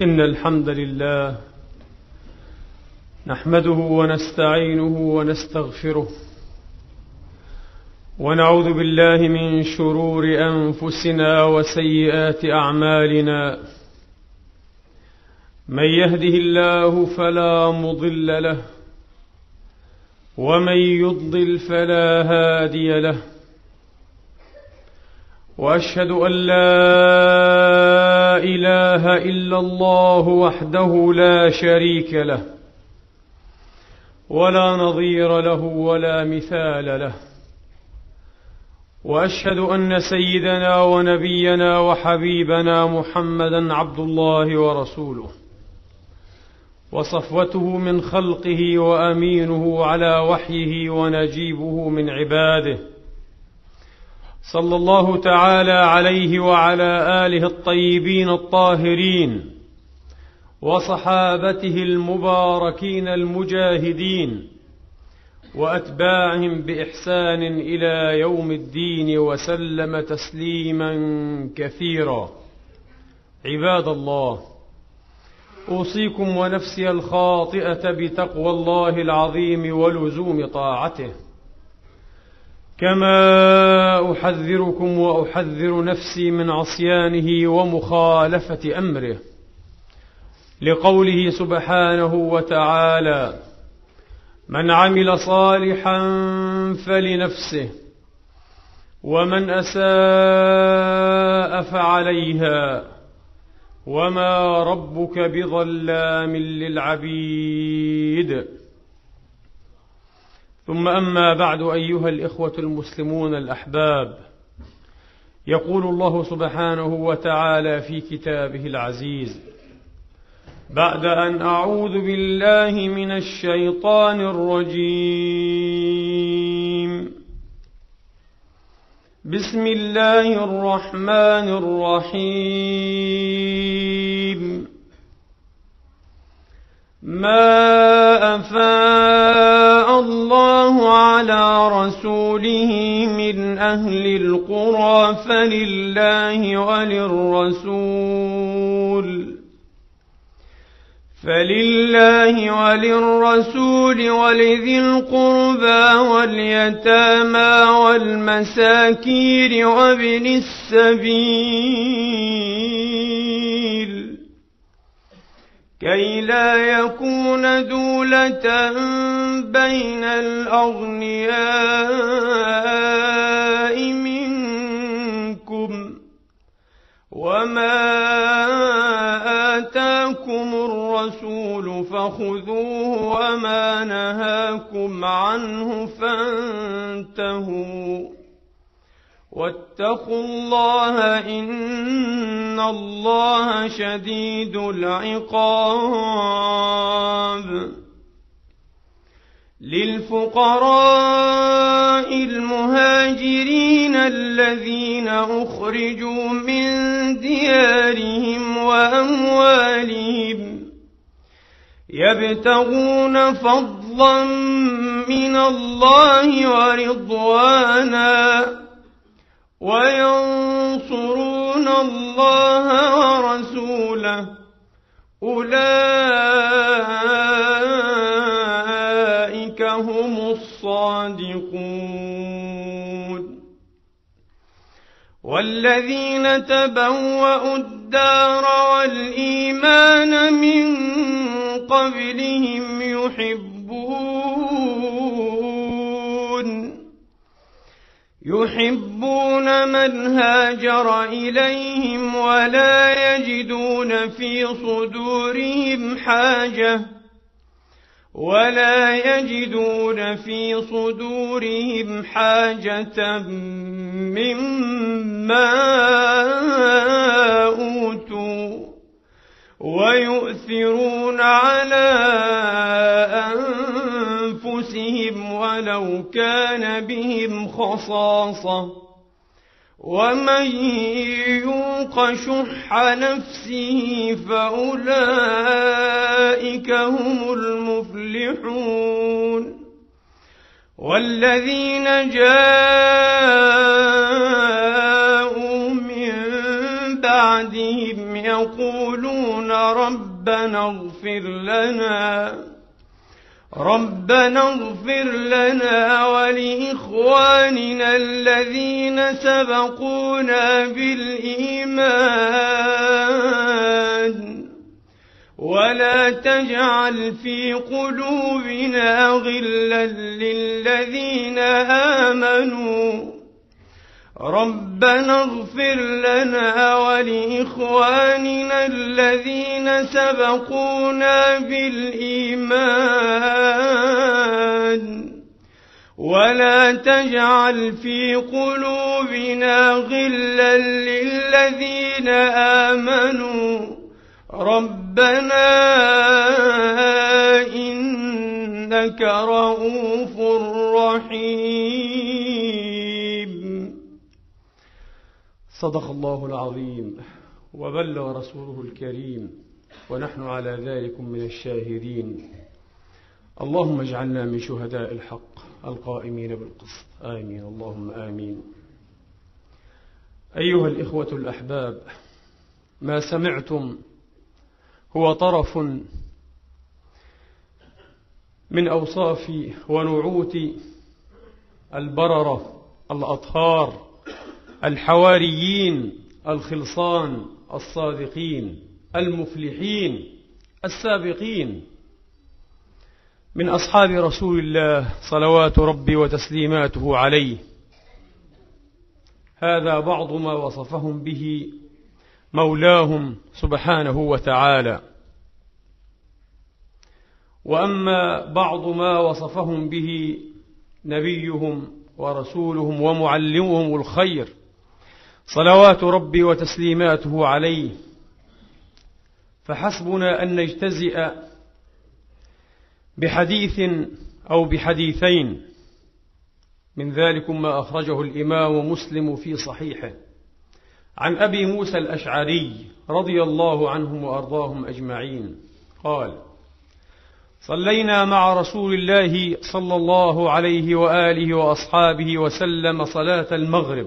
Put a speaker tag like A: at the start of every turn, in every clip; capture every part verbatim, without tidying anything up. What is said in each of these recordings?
A: إن الحمد لله نحمده ونستعينه ونستغفره ونعوذ بالله من شرور أنفسنا وسيئات أعمالنا. من يهده الله فلا مضل له ومن يضلل فلا هادي له، وأشهد أن لا إله إلا الله وحده لا شريك له ولا نظير له ولا مثال له، وأشهد أن سيدنا ونبينا وحبيبنا محمدا عبد الله ورسوله وصفوته من خلقه وأمينه على وحيه ونجيبه من عباده، صلى الله تعالى عليه وعلى آله الطيبين الطاهرين وصحابته المباركين المجاهدين وأتباعهم بإحسان إلى يوم الدين وسلم تسليما كثيرا. عباد الله، أوصيكم ونفسي الخاطئة بتقوى الله العظيم ولزوم طاعته، كما أحذركم وأحذر نفسي من عصيانه ومخالفة أمره، لقوله سبحانه وتعالى: من عمل صالحا فلنفسه ومن أساء فعليها وما ربك بظلام للعبيد. ثم أما بعد، أيها الإخوة المسلمون الأحباب، يقول الله سبحانه وتعالى في كتابه العزيز بعد أن أعوذ بالله من الشيطان الرجيم: بسم الله الرحمن الرحيم. ما أفاء الله على رسوله من أهل القرى فلله وللرسول فلله وللرسول ولذي القربى واليتامى والمساكين وابن السبيل، كي لا يكون دولة بين الأغنياء منكم، وما آتاكم الرسول فخذوه وما نهاكم عنه فانتهوا، واتقوا الله إن الله شديد العقاب. للفقراء المهاجرين الذين أخرجوا من ديارهم وأموالهم يبتغون فضلا من الله ورضوانا وينصرون الله ورسوله، أولئك هم الصادقون. والذين تبوأوا الدار والإيمان من قبلهم يحبون يحبون من هاجر إليهم ولا يجدون في صدورهم حاجة ولا يجدون في صدورهم حاجة مما أوتوا ويؤثرون على أنفسهم ولو كان بهم خصاصة، ومن يوق شح نفسه فأولئك هم المفلحون. والذين جاءوا من بعدهم
B: يقولون ربنا اغفر لنا ربنا اغفر لنا ولإخواننا الذين سبقونا بالإيمان ولا تجعل في قلوبنا غلا للذين آمنوا ربنا اغفر لنا ولإخواننا الذين سبقونا بالإيمان ولا تجعل في قلوبنا غلا للذين آمنوا ربنا إنك رؤوف رحيم.
A: صدق الله العظيم وبلغ رسوله الكريم ونحن على ذلك من الشاهدين. اللهم اجعلنا من شهداء الحق القائمين بالقسط آمين اللهم آمين. أيها الإخوة الأحباب، ما سمعتم هو طرف من أوصاف ونعوت البررة الأطهار الحواريين الخلصان الصادقين المفلحين السابقين من أصحاب رسول الله صلوات ربي وتسليماته عليه. هذا بعض ما وصفهم به مولاهم سبحانه وتعالى. وأما بعض ما وصفهم به نبيهم ورسولهم ومعلمهم الخير صلوات ربي وتسليماته عليه، فحسبنا أن نجتزئ بحديث أو بحديثين. من ذلك ما أخرجه الإمام مسلم في صحيحه عن أبي موسى الأشعري رضي الله عنهم وأرضاهم أجمعين قال: صلينا مع رسول الله صلى الله عليه وآله وأصحابه وسلم صلاة المغرب،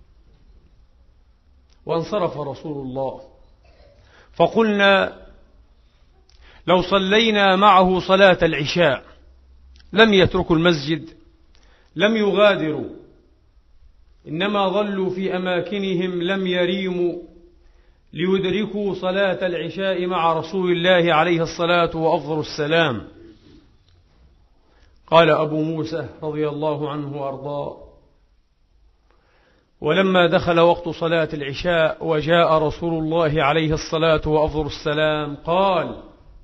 A: وانصرف رسول الله، فقلنا لو صلينا معه صلاة العشاء لم يتركوا المسجد، لم يغادروا، إنما ظلوا في أماكنهم لم يريموا ليدركوا صلاة العشاء مع رسول الله عليه الصلاة وأفضل السلام. قال أبو موسى رضي الله عنه وأرضاه: ولما دخل وقت صلاة العشاء وجاء رسول الله عليه الصلاة وأفضل السلام قال: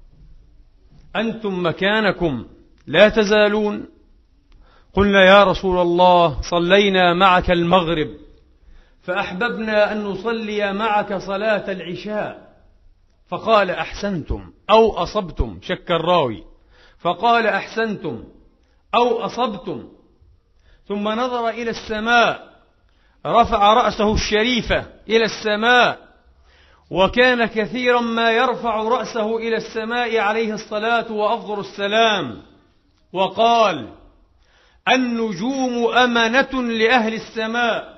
A: أنتم مكانكم لا تزالون؟ قلنا: يا رسول الله، صلينا معك المغرب فأحببنا أن نصلي معك صلاة العشاء. فقال: أحسنتم أو أصبتم، شك الراوي، فقال: أحسنتم أو أصبتم. ثم نظر إلى السماء، رفع رأسه الشريفة إلى السماء، وكان كثيرا ما يرفع رأسه إلى السماء عليه الصلاة وأفضل السلام، وقال: النجوم أمنة لأهل السماء،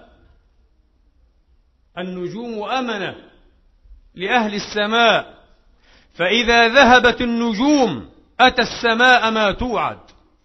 A: النجوم أمنة لأهل السماء، فإذا ذهبت النجوم أتى السماء ما توعد،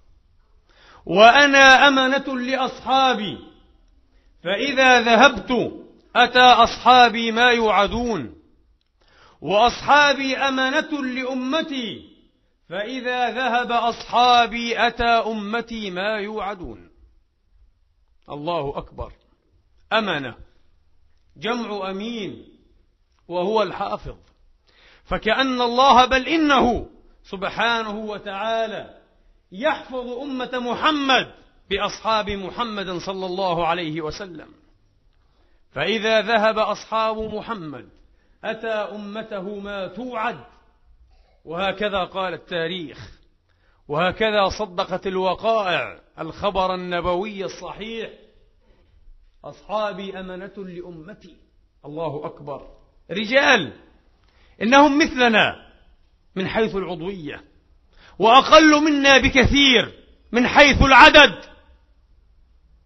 A: وأنا أمنة لأصحابي، فإذا ذهبت أتى أصحابي ما يوعدون، وأصحابي أمنة لأمتي، فإذا ذهب أصحابي أتى أمتي ما يوعدون. الله أكبر. أمنة جمع أمين، وهو الحافظ. فكأن الله بل إنه سبحانه وتعالى يحفظ أمة محمد بأصحاب محمد صلى الله عليه وسلم، فإذا ذهب أصحاب محمد أتى أمته ما توعد. وهكذا قال التاريخ، وهكذا صدقت الوقائع الخبر النبوي الصحيح: أصحابي أمنة لأمتي. الله أكبر. رجال إنهم مثلنا من حيث العضوية، وأقل منا بكثير من حيث العدد،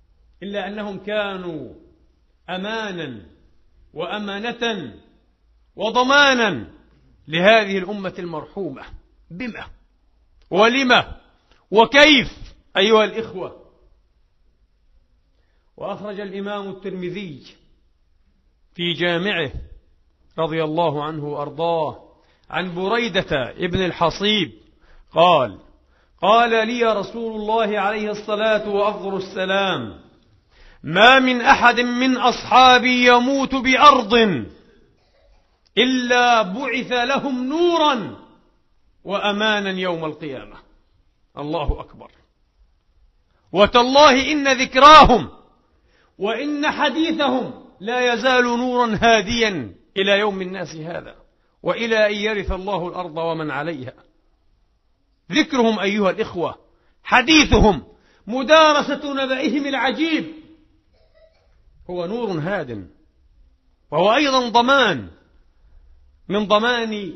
A: إلا أنهم كانوا أمانا وأمانة وضمانا لهذه الأمة المرحومة. بما ولما وكيف أيها الإخوة؟ وأخرج الإمام الترمذي في جامعه رضي الله عنه وأرضاه عن بريدة ابن الحصيب قال: قال لي رسول الله عليه الصلاة وأفضل السلام: ما من أحد من أصحابي يموت بأرض إلا بعث لهم نورا وأمانا يوم القيامة. الله أكبر. وتالله إن ذكراهم وإن حديثهم لا يزال نورا هاديا إلى يوم الناس هذا، وإلى أن يرث الله الأرض ومن عليها. ذكرهم أيها الإخوة، حديثهم، مدارسة نبئهم العجيب هو نور هاد، وهو أيضا ضمان من ضمان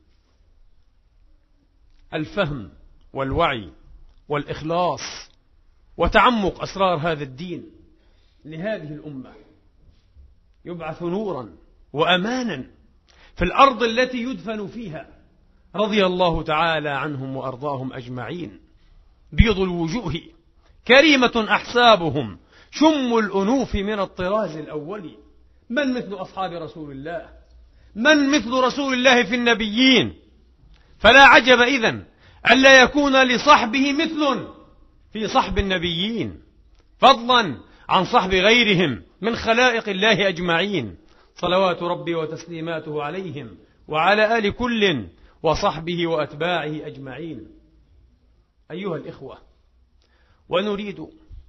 A: الفهم والوعي والإخلاص وتعمق أسرار هذا الدين لهذه الأمة. يبعث نورا وأمانا في الأرض التي يدفن فيها، رضي الله تعالى عنهم وأرضاهم أجمعين. بيض الوجوه، كريمة أحسابهم، شم الأنوف من الطراز الأول. من مثل أصحاب رسول الله؟ من مثل رسول الله في النبيين؟ فلا عجب إذن ألا يكون لصحبه مثل في صحب النبيين، فضلا عن صحب غيرهم من خلائق الله أجمعين، صلوات ربي وتسليماته عليهم وعلى آل كل وصحبه وأتباعه أجمعين. أيها الإخوة، ونريد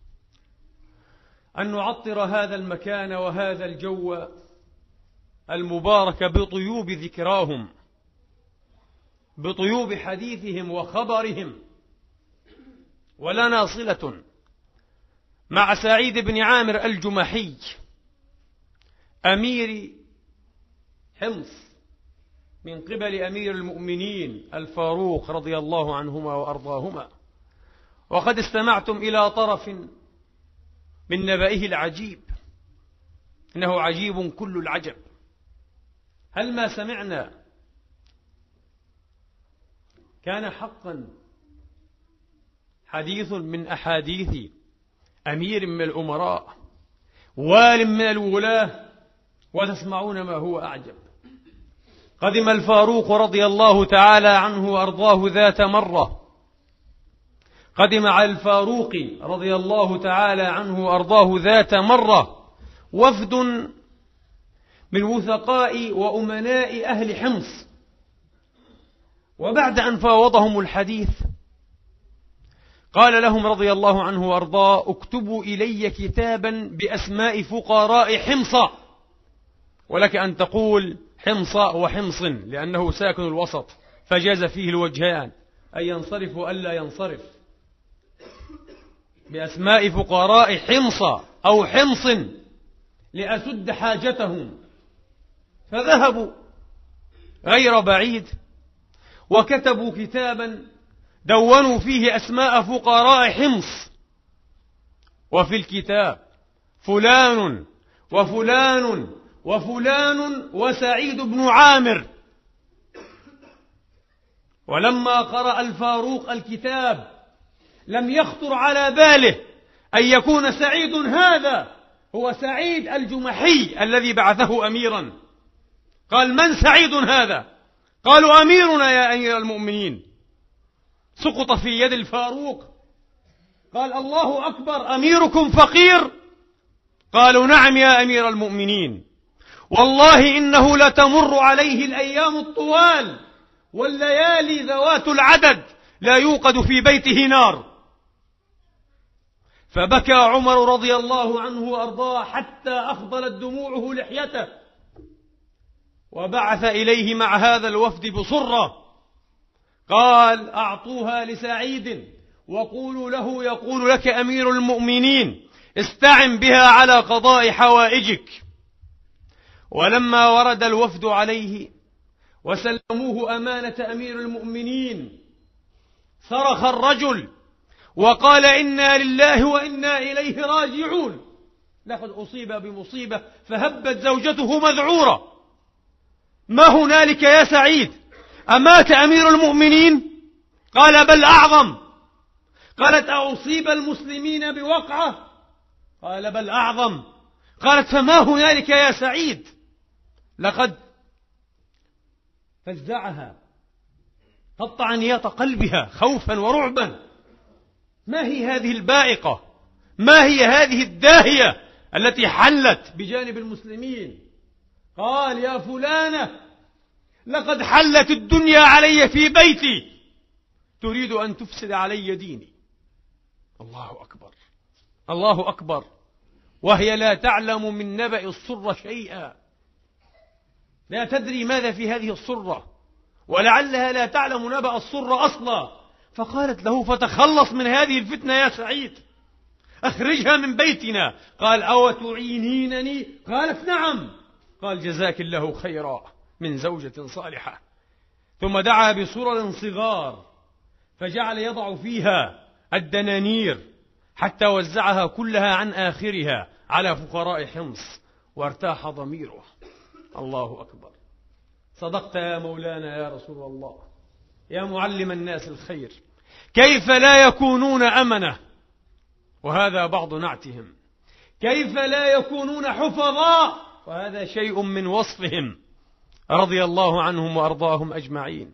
A: أن نعطر هذا المكان وهذا الجو المبارك بطيوب ذكراهم، بطيوب حديثهم وخبرهم. ولنا صلة مع سعيد بن عامر الجمحي أمير حمص من قبل أمير المؤمنين الفاروق رضي الله عنهما وأرضاهما، وقد استمعتم إلى طرف من نبئه العجيب، إنه عجيب كل العجب. هل ما سمعنا كان حقا حديث من أحاديث أمير من الأمراء، وال من الولاة، وتسمعون ما هو أعجب. قدم الفاروق رضي الله تعالى عنه وأرضاه ذات مرة، قدم على الفاروق رضي الله تعالى عنه وأرضاه ذات مرة وفد من وثقاء وأمناء أهل حمص، وبعد أن فاوضهم الحديث قال لهم رضي الله عنه وأرضاه: اكتبوا إلي كتابا بأسماء فقراء حمص، ولك أن تقول حمص وحمص لأنه ساكن الوسط فجاز فيه الوجهان، أن ينصرف وألا ينصرف. بأسماء فقراء حمص أو حمص لأسد حاجتهم. فذهبوا غير بعيد وكتبوا كتابا دونوا فيه أسماء فقراء حمص، وفي الكتاب فلان وفلان وفلان وسعيد بن عامر. ولما قرأ الفاروق الكتاب لم يخطر على باله أن يكون سعيد هذا هو سعيد الجمحي الذي بعثه أميرا. قال: من سعيد هذا؟ قالوا: أميرنا يا أمير المؤمنين. سقط في يد الفاروق. قال: الله أكبر، أميركم فقير؟ قالوا: نعم يا أمير المؤمنين، والله إنه لتمر عليه الأيام الطوال والليالي ذوات العدد لا يوقد في بيته نار. فبكى عمر رضي الله عنه وأرضاه حتى أخضلت دموعه لحيته، وبعث إليه مع هذا الوفد بصرة، قال: أعطوها لسعيد وقولوا له يقول لك أمير المؤمنين استعن بها على قضاء حوائجك. ولما ورد الوفد عليه وسلموه أمانة أمير المؤمنين صرخ الرجل وقال: إنا لله وإنا إليه راجعون. لقد أصيب بمصيبة فهبت زوجته مذعورة.
B: ما هنالك يا سعيد؟ أمات أمير المؤمنين؟ قال بل أعظم. قالت أصيب المسلمين بوقعة؟ قال بل أعظم. قالت فما هنالك يا سعيد؟ لقد فزعها، قطع نياط قلبها خوفا ورعبا. ما هي هذه البائقة؟ ما هي هذه الداهية التي حلت بجانب المسلمين؟ قال يا فلانة لقد حلت الدنيا علي في بيتي، تريد أن تفسد علي ديني. الله أكبر، الله أكبر. وهي لا تعلم من نبأ الصرة شيئا، لا تدري ماذا في هذه الصرة، ولعلها لا تعلم نبأ الصرة أصلا. فقالت له فتخلص من هذه الفتنة يا سعيد، أخرجها من بيتنا. قال أو تعينينني؟ قالت نعم. قال جزاك الله خيرا من زوجة صالحة. ثم دعا بسرر صغار فجعل يضع فيها الدنانير حتى وزعها كلها عن آخرها على فقراء حمص، وارتاح ضميره. الله أكبر. صدقت يا مولانا يا رسول الله، يا معلم الناس الخير. كيف لا يكونون أمنة؟ وهذا بعض نعتهم. كيف لا يكونون حفظاء؟ وهذا شيء من وصفهم، رضي الله عنهم وأرضاهم أجمعين.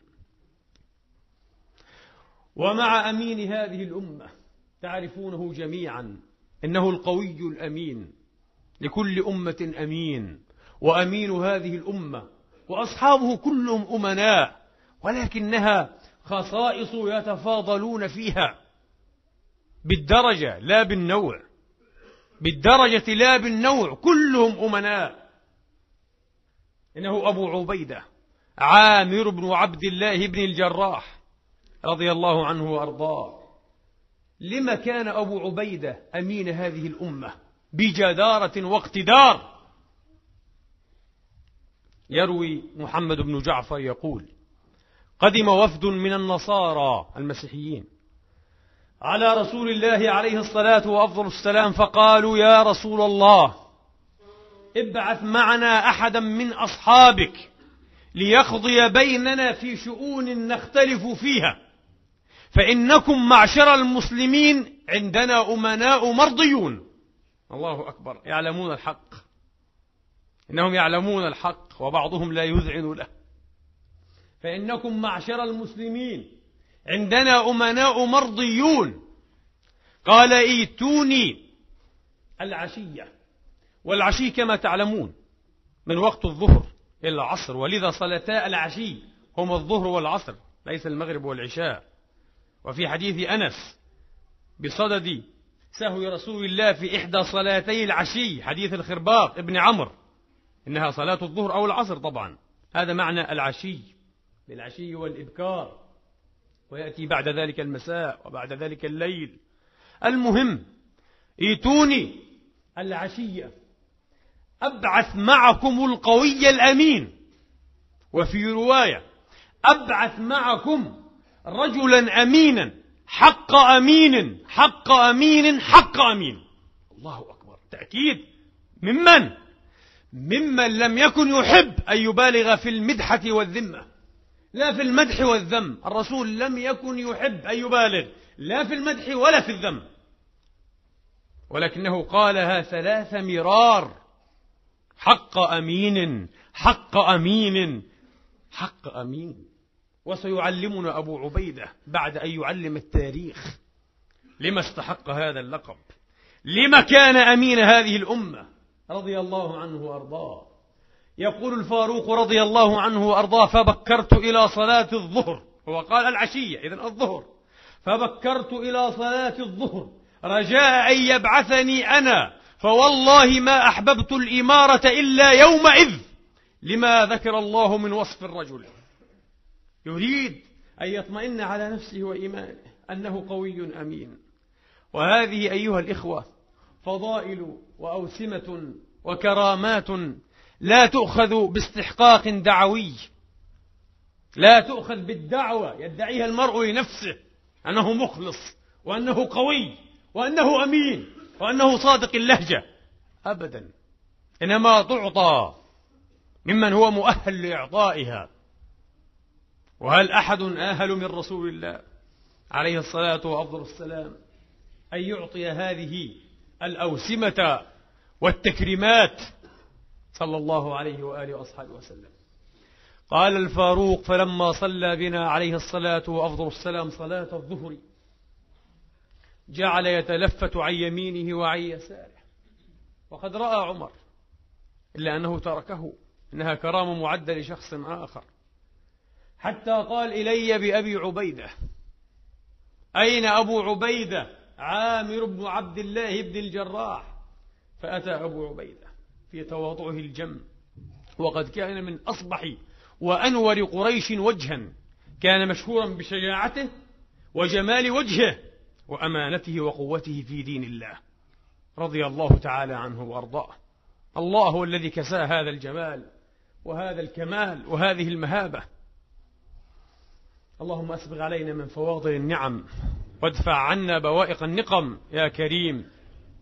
B: ومع أمين هذه الأمة تعرفونه جميعا، إنه القوي الأمين، لكل أمة أمين، وأمين هذه الأمة وأصحابه كلهم أمناء، ولكنها خصائص يتفاضلون فيها بالدرجة لا بالنوع، بالدرجة لا بالنوع، كلهم أمناء. إنه أبو عبيدة عامر بن عبد الله بن الجراح رضي الله عنه وأرضاه. لما كان أبو عبيدة أمين هذه الأمة بجدارة واقتدار؟ يروي محمد بن جعفر يقول قدم وفد من النصارى المسيحيين على رسول الله عليه الصلاة وأفضل السلام، فقالوا يا رسول الله ابعث معنا أحدا من أصحابك ليقضي بيننا في شؤون نختلف فيها، فإنكم معشر المسلمين عندنا أمناء مرضيون. الله أكبر. يعلمون الحق، إنهم يعلمون الحق وبعضهم لا يذعن له. فإنكم معشر المسلمين عندنا أمناء مرضيون. قال ايتوني العشية، والعشي كما تعلمون من وقت الظهر إلى العصر، ولذا صلتا العشي هما الظهر والعصر ليس المغرب والعشاء. وفي حديث أنس بصدد سهو رسول الله في إحدى صلاتي العشي، حديث الخرباق ابن عمرو، إنها صلاة الظهر أو العصر طبعا، هذا معنى العشي، بالعشي والإبكار، ويأتي بعد ذلك المساء وبعد ذلك الليل. المهم ايتوني العشية أبعث معكم القوي الأمين، وفي رواية أبعث معكم رجلا أمينا حق أمين حق أمين حق أمين. الله أكبر. تأكيد ممن ممن لم يكن يحب أن يبالغ في المدحة والذمة، لا في المدح والذم. الرسول لم يكن يحب أن يبالغ لا في المدح ولا في الذم، ولكنه قالها ثلاث مرار: حق أمين حق أمين حق أمين. وسيعلمنا أبو عبيدة بعد أن يعلم التاريخ لما استحق هذا اللقب، لما كان أمين هذه الأمة رضي الله عنه وأرضاه. يقول الفاروق رضي الله عنه وأرضاه: فبكرت إلى صلاة الظهر، هو قال العشية إذن الظهر، فبكرت إلى صلاة الظهر رجاء أن يبعثني أنا، فوالله ما أحببت الإمارة إلا يومئذ، لما ذكر الله من وصف الرجل. يريد أن يطمئن على نفسه وإيمانه أنه قوي أمين. وهذه أيها الإخوة فضائل وأوسمة وكرامات لا تؤخذ باستحقاق دعوي، لا تؤخذ بالدعوة يدعيها المرء لنفسه أنه مخلص وأنه قوي وأنه أمين وأنه صادق اللهجة، أبدا. إنما تعطى ممن هو مؤهل لإعطائها. وهل أحد آهل من رسول الله عليه الصلاة وأفضل السلام أن يعطي هذه الأوسمة والتكريمات صلى الله عليه وآله وأصحابه وسلم؟ قال الفاروق: فلما صلى بنا عليه الصلاة وأفضل السلام صلاة الظهر جعل يتلفت عن يمينه وعن يساره، وقد رأى عمر إلا أنه تركه، إنها كرامة معدة لشخص آخر، حتى قال: إلي بأبي عبيدة. أين أبو عبيدة؟ عامر بن عبد الله بن الجراح. فأتى أبو عبيدة في تواضعه الجم، وقد كان من أصبح وأنور قريش وجها، كان مشهورا بشجاعته وجمال وجهه وأمانته وقوته في دين الله، رضي الله تعالى عنه وأرضاه. الله هو الذي كساه هذا الجمال وهذا الكمال وهذه المهابة. اللهم أسبغ علينا من فواضل النعم وادفع عنا بوائق النقم يا كريم.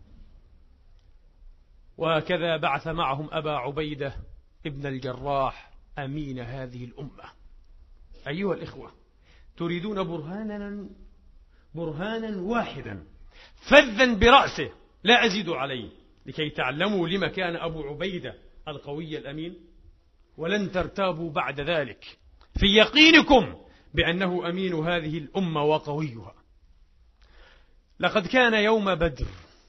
B: وكذا بعث معهم أبا عبيدة ابن الجراح أمين هذه الأمة. أيها الإخوة، تريدون برهانا برهانا واحدا فذا برأسه لا أزيد عليه لكي تعلموا لما كان أبو عبيدة القوي الأمين، ولن ترتابوا بعد ذلك في يقينكم بأنه أمين هذه الأمة وقويها. لقد كان يوم بدر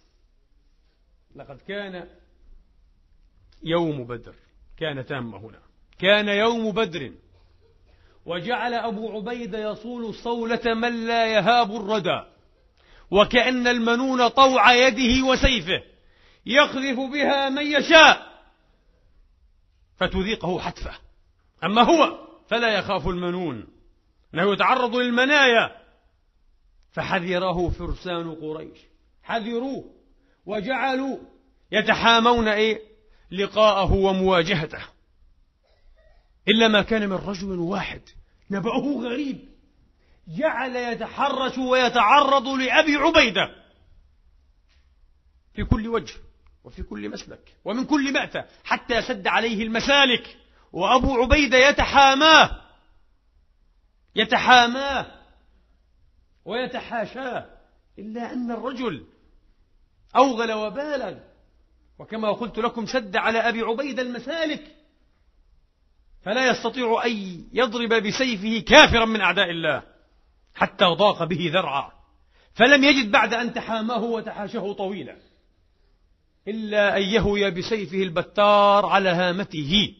B: لقد كان يوم بدر كان تام هنا كان يوم بدر، وجعل أبو عبيدة يصول صولة من لا يهاب الردى، وكأن المنون طوع يده وسيفه يقذف بها من يشاء فتذيقه حتفه. أما هو فلا يخاف المنون، أنه يتعرض للمنايا. فحذره فرسان قريش، حذروه وجعلوا يتحامون إيه؟ لقاءه ومواجهته، إلا ما كان من رجل واحد نبأه غريب جعل يتحرش ويتعرض لأبي عبيدة في كل وجه وفي كل مسلك ومن كل مأتى، حتى سد عليه المسالك، وأبو عبيدة يتحاماه يتحاماه ويتحاشاه، إلا أن الرجل أوغل وبالغ، وكما قلت لكم سد على أبي عبيدة المسالك، فلا يستطيع أن يضرب بسيفه كافرا من أعداء الله حتى ضاق به ذرعا، فلم يجد بعد أن تحاماه وتحاشه طويلا إلا أن يهوي بسيفه البتار على هامته،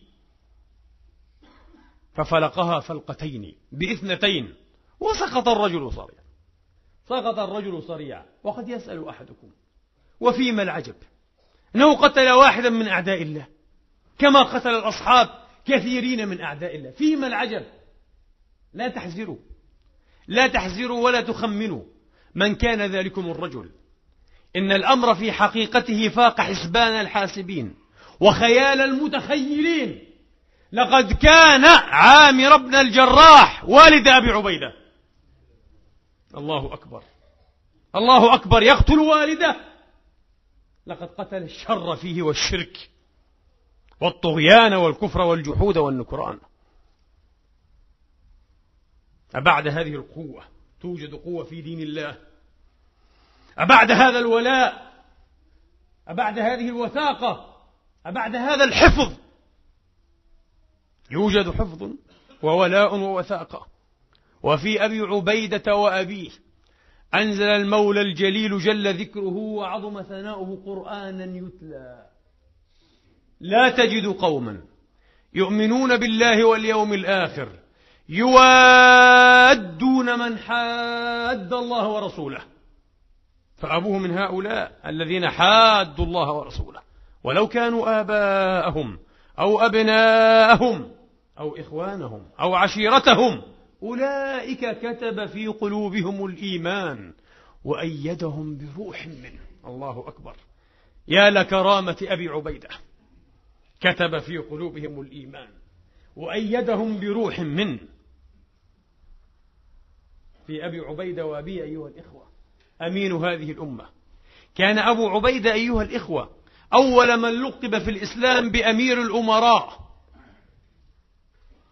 B: ففلقها فلقتين باثنتين وسقط الرجل صريعا سقط الرجل صريعا. وقد يسأل أحدكم: وفيما العجب؟ أنه قتل واحدا من أعداء الله كما قتل الأصحاب كثيرين من أعداء الله، فيما العجب؟ لا تحزروا لا تحزروا ولا تخمنوا من كان ذلكم الرجل، إن الأمر في حقيقته فاق حسبان الحاسبين وخيال المتخيلين. لقد كان عامر بن الجراح والد أبي عبيدة، الله أكبر الله أكبر، يقتل والده. لقد قتل الشر فيه والشرك والطغيان والكفر والجحود والنكران. أبعد هذه القوة توجد قوة في دين الله؟ أبعد هذا الولاء؟ أبعد هذه الوثاقة؟ أبعد هذا الحفظ؟ يوجد حفظ وولاء ووثاقة. وفي أبي عبيدة وأبيه أنزل المولى الجليل جل ذكره وعظم ثناؤه قرآنا يتلى: لا تجد قوما يؤمنون بالله واليوم الآخر يوادون من حاد الله ورسوله. فأبوه من هؤلاء الذين حادوا الله ورسوله، ولو كانوا آباءهم أو أبناءهم أو إخوانهم أو عشيرتهم، أولئك كتب في قلوبهم الإيمان وأيدهم بروح منه. الله أكبر، يا لكرامة أبي عبيدة، كتب في قلوبهم الإيمان وأيدهم بروح منه. في أبي عبيدة وأبي أيها الإخوة أمين هذه الأمة. كان أبو عبيدة أيها الإخوة أول من لقب في الإسلام بأمير الأمراء،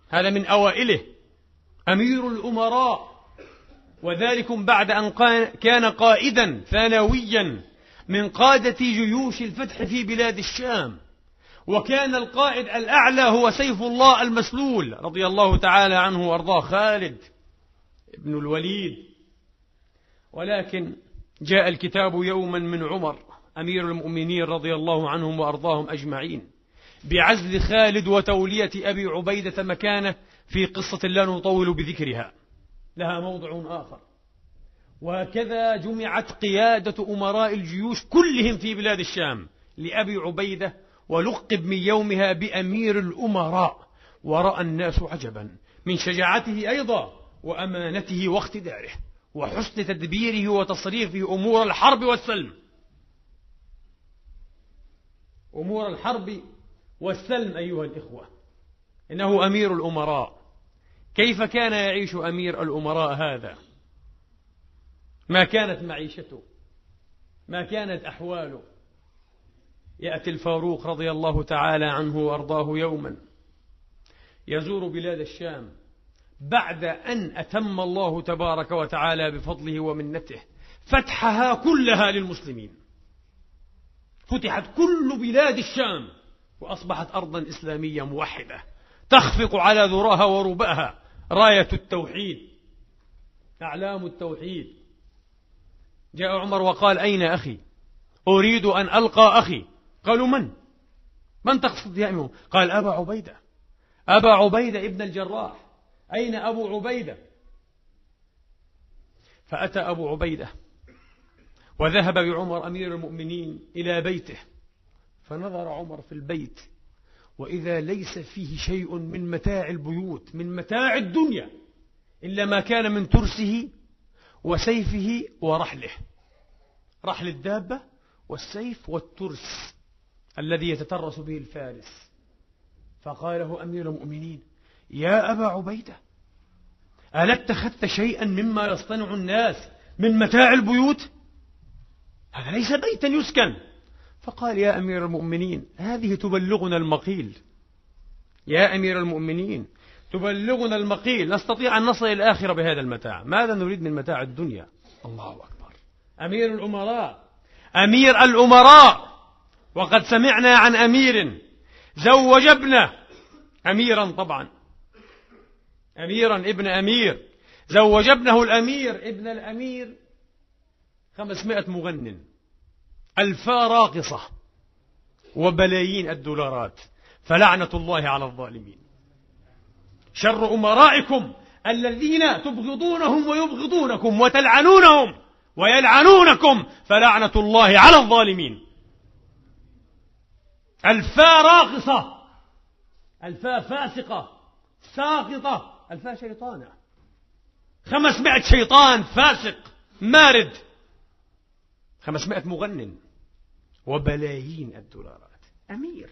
B: هذا من أوائله، أمير الأمراء، وذلك بعد أن كان قائدا ثانويا من قادة جيوش الفتح في بلاد الشام، وكان القائد الأعلى هو سيف الله المسلول رضي الله تعالى عنه وأرضاه، خالد بن الوليد. ولكن جاء الكتاب يوما من عمر أمير المؤمنين رضي الله عنهم وأرضاهم أجمعين بعزل خالد وتولية أبي عبيدة مكانه في قصة لا نطول بذكرها، لها موضع آخر. وهكذا جمعت قيادة أمراء الجيوش كلهم في بلاد الشام لأبي عبيدة، ولقب من يومها بأمير الأمراء. ورأى الناس عجبا من شجاعته أيضا وأمانته واقتداره وحسن تدبيره وتصريفه أمور الحرب والسلم. أمور الحرب والسلم أيها الإخوة، إنه أمير الأمراء. كيف كان يعيش أمير الأمراء هذا؟ ما كانت معيشته؟ ما كانت أحواله؟ يأتي الفاروق رضي الله تعالى عنه وأرضاه يوما يزور بلاد الشام بعد أن أتم الله تبارك وتعالى بفضله ومنته فتحها كلها للمسلمين، فتحت كل بلاد الشام وأصبحت أرضا إسلامية موحدة تخفق على ذراها ورباها راية التوحيد، أعلام التوحيد. جاء عمر وقال: أين أخي؟ أريد أن ألقى أخي. قالوا: من؟ من تقصد يا أمير؟ قال: أبا عبيدة، أبا عبيدة ابن الجراح. أين أبو عبيدة؟ فأتى أبو عبيدة وذهب بعمر أمير المؤمنين إلى بيته، فنظر عمر في البيت وإذا ليس فيه شيء من متاع البيوت، من متاع الدنيا، إلا ما كان من ترسه وسيفه ورحله، رحل الدابة والسيف والترس الذي يتترس به الفارس. فقال له أمير المؤمنين: يا أبا عبيدة، ألا اتخذت شيئا مما يصطنع الناس من متاع البيوت؟ هذا ليس بيتا يسكن. فقال: يا أمير المؤمنين، هذه تبلغنا المقيل، يا أمير المؤمنين تبلغنا المقيل، نستطيع أن نصل إلى الآخرة بهذا المتاع، ماذا نريد من متاع الدنيا؟ الله أكبر. أمير الأمراء، أمير الأمراء. وقد سمعنا عن أمير زوج ابنه، أميرا طبعا، أميرا ابن أمير، زوج ابنه الأمير ابن الأمير خمسمائة مغنٍ، ألفا راقصة، وبلايين الدولارات، فلعنة الله على الظالمين. شر أمرائكم الذين تبغضونهم ويبغضونكم وتلعنونهم ويلعنونكم، فلعنة الله على الظالمين. ألفا راقصة، ألفا فاسقة ساقطة، ألفا شيطانة، خمسمائة شيطان فاسق مارد، خمسمائة مغنٍ، وبلايين الدولارات. أمير،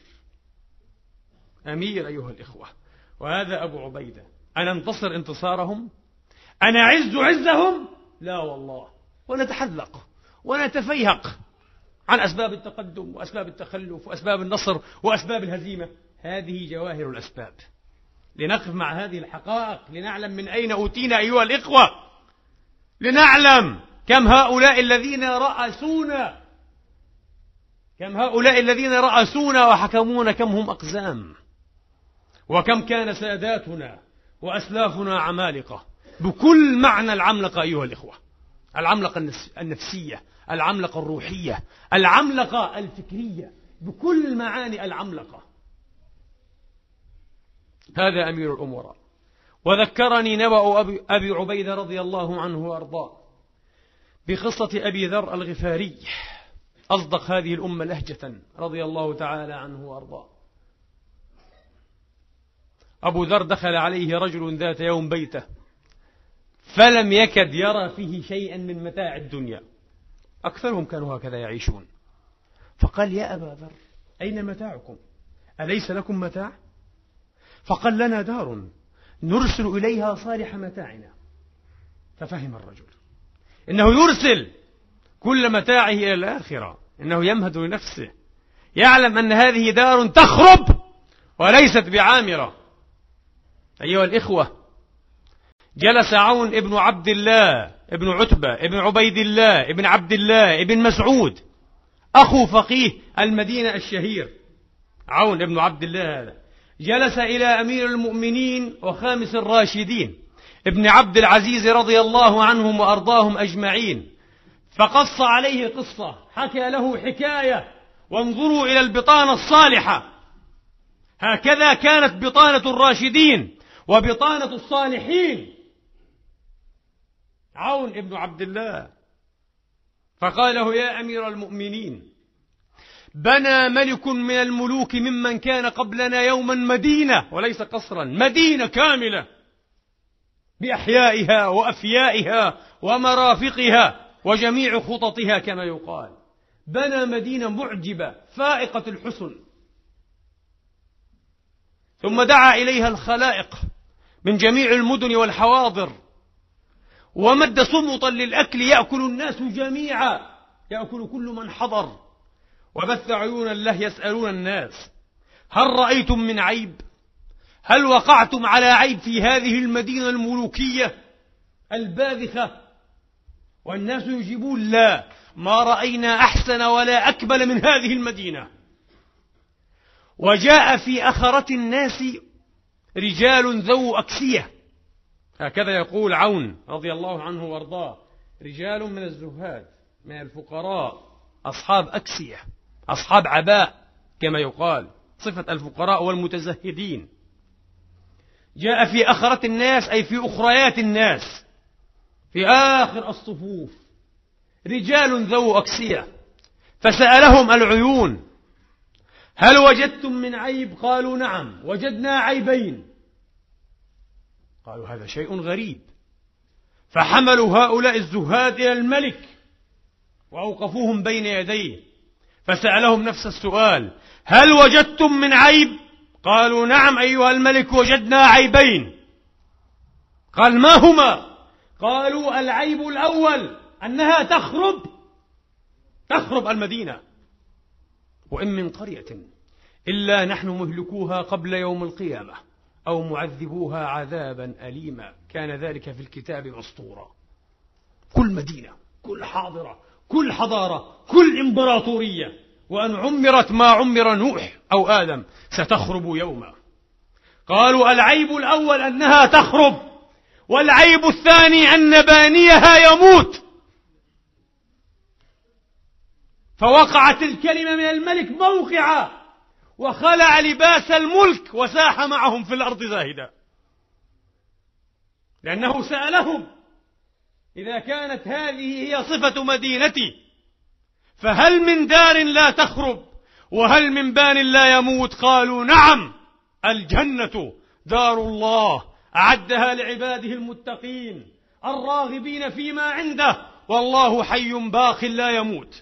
B: أمير أيها الإخوة. وهذا أبو عبيدة. أنا انتصر انتصارهم؟ أنا عز عزهم؟ لا والله. ونتحذق ونتفيهق عن أسباب التقدم وأسباب التخلف وأسباب النصر وأسباب الهزيمة. هذه جواهر الأسباب. لنقف مع هذه الحقائق لنعلم من أين أوتينا أيها الإخوة، لنعلم كم هؤلاء الذين رأسونا، كم هؤلاء الذين رأسونا وحكمونا، كم هم أقزام، وكم كان ساداتنا وأسلافنا عمالقة بكل معنى العملقة أيها الإخوة، العملقة النفسية، العملقة الروحية، العملقة الفكرية، بكل معاني العملقة. هذا أمير الأمراء. وذكرني نبأ أبي عبيدة رضي الله عنه وأرضاه بقصة أبي ذر الغفاري، أصدق هذه الأمة لهجة رضي الله تعالى عنه وأرضاه. أبو ذر دخل عليه رجل ذات يوم بيته فلم يكد يرى فيه شيئا من متاع الدنيا، أكثرهم كانوا هكذا يعيشون. فقال: يا أبا ذر، أين متاعكم؟ أليس لكم متاع؟ فقال: لنا دار نرسل إليها صالح متاعنا. ففهم الرجل إنه يرسل كل متاعه إلى الآخرة، إنه يمهد لنفسه، يعلم أن هذه دار تخرب وليست بعامرة. أيها الإخوة، جلس عون ابن عبد الله ابن عتبة ابن عبيد الله ابن عبد الله ابن مسعود أخو فقيه المدينة الشهير، عون ابن عبد الله هذا جلس إلى أمير المؤمنين وخامس الراشدين ابن عبد العزيز رضي الله عنهم وأرضاهم أجمعين، فقص عليه قصة، حكى له حكاية. وانظروا إلى البطانة الصالحة، هكذا كانت بطانة الراشدين وبطانة الصالحين. عون ابن عبد الله فقال له: يا أمير المؤمنين، بنى ملك من الملوك ممن كان قبلنا يوما مدينة، وليس قصرا، مدينة كاملة بأحيائها وأفيائها ومرافقها وجميع خططها كما يقال. بنى مدينة معجبة فائقة الحسن، ثم دعا إليها الخلائق من جميع المدن والحواضر، ومد سمطا للأكل يأكل الناس جميعا، يأكل كل من حضر، وبث عيونا له يسألون الناس: هل رأيتم من عيب؟ هل وقعتم على عيب في هذه المدينة الملوكية الباذخة؟ والناس يجيبون: لا، ما رأينا أحسن ولا أكمل من هذه المدينة. وجاء في أخرة الناس رجال ذو أكسية، هكذا يقول عون رضي الله عنه وارضاه، رجال من الزهاد من الفقراء أصحاب أكسية، أصحاب عباء كما يقال، صفة الفقراء والمتزهدين. جاء في أخرة الناس أي في أخريات الناس، في آخر الصفوف، رجال ذو أكسية، فسألهم العيون: هل وجدتم من عيب؟ قالوا: نعم، وجدنا عيبين. قالوا: هذا شيء غريب. فحملوا هؤلاء الزهاد إلى الملك وأوقفوهم بين يديه، فسألهم نفس السؤال: هل وجدتم من عيب؟ قالوا: نعم أيها الملك، وجدنا عيبين. قال: ما هما؟ قالوا: العيب الأول أنها تخرب تخرب المدينة، وإن من قرية إلا نحن مهلكوها قبل يوم القيامة أو معذبوها عذابا أليما، كان ذلك في الكتاب مسطورا. كل مدينة، كل حاضرة، كل حضارة، كل إمبراطورية وأن عمرت ما عمر نوح أو آدم ستخرب يوما. قالوا: العيب الأول أنها تخرب، والعيب الثاني أن بانيها يموت. فوقعت الكلمة من الملك موقعا، وخلع لباس الملك وساح معهم في الأرض زاهدا، لأنه سألهم: إذا كانت هذه هي صفة مدينتي، فهل من دار لا تخرب؟ وهل من بان لا يموت؟ قالوا: نعم، الجنة دار الله أعدها لعباده المتقين الراغبين فيما عنده، والله حي باق لا يموت.